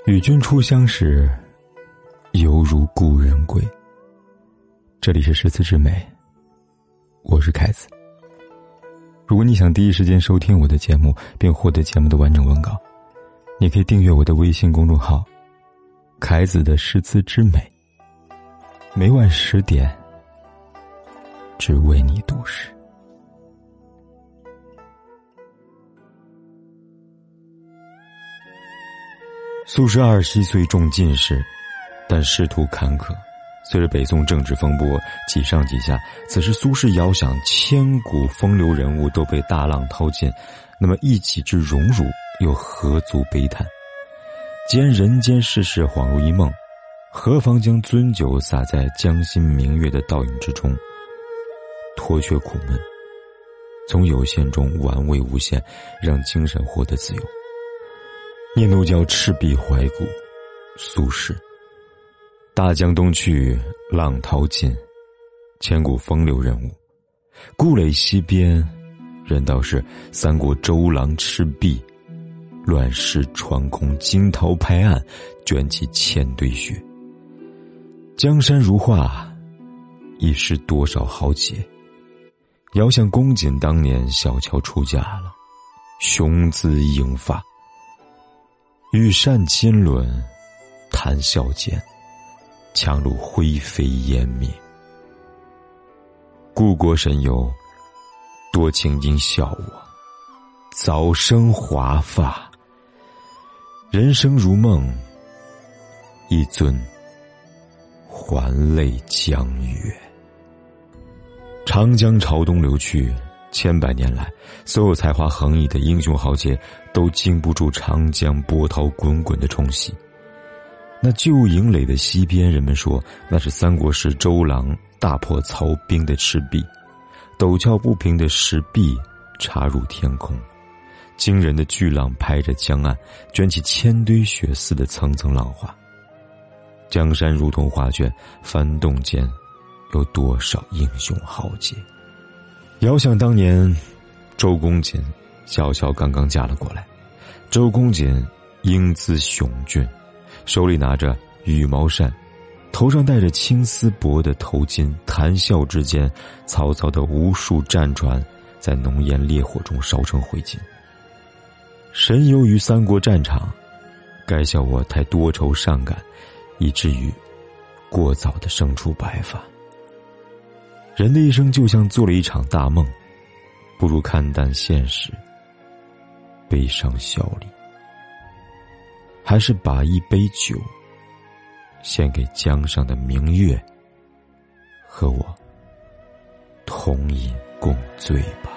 与君初相识，犹如故人归。这里是诗词之美，我是凯子。如果你想第一时间收听我的节目并获得节目的完整文稿，你可以订阅我的微信公众号凯子的诗词之美，每晚10点只为你读诗。苏轼27岁中进士，但仕途坎坷。随着北宋政治风波几上几下，此时苏轼遥想千古风流人物都被大浪淘尽，那么一己之荣辱又何足悲叹？既然人间世事恍如一梦，何妨将樽酒洒在江心明月的倒影之中，脱却苦闷，从有限中玩味无限，让精神获得自由。念奴娇赤壁怀古，苏轼。大江东去，浪淘尽，千古风流人物。故垒西边，人道是三国周郎赤壁，乱石穿空，惊涛拍岸，卷起千堆雪。江山如画，一时多少豪杰。遥想公瑾当年小乔出嫁了，雄姿英发，羽扇金轮，谈笑间，樯橹灰飞烟灭。故国神游，多情应笑我，早生华发。人生如梦，一尊还酹江月。长江朝东流去，千百年来，所有才华横溢的英雄豪杰都经不住长江波涛滚滚的冲洗。那旧营垒的西边，人们说那是三国时周郎大破曹兵的赤壁。陡峭不平的石壁插入天空，惊人的巨浪拍着江岸，卷起千堆雪似的层层浪花。江山如同画卷，翻动间有多少英雄豪杰。遥想当年周公瑾小乔刚刚嫁了过来，周公瑾英姿雄俊，手里拿着羽毛扇，头上戴着青丝帛的头巾，谈笑之间，曹操的无数战船在浓烟烈火中烧成灰烬。神游于三国战场，该笑我太多愁善感，以至于过早地生出白发。人的一生就像做了一场大梦，不如看淡现实，悲伤笑里，还是把一杯酒献给江上的明月，和我同饮共醉吧。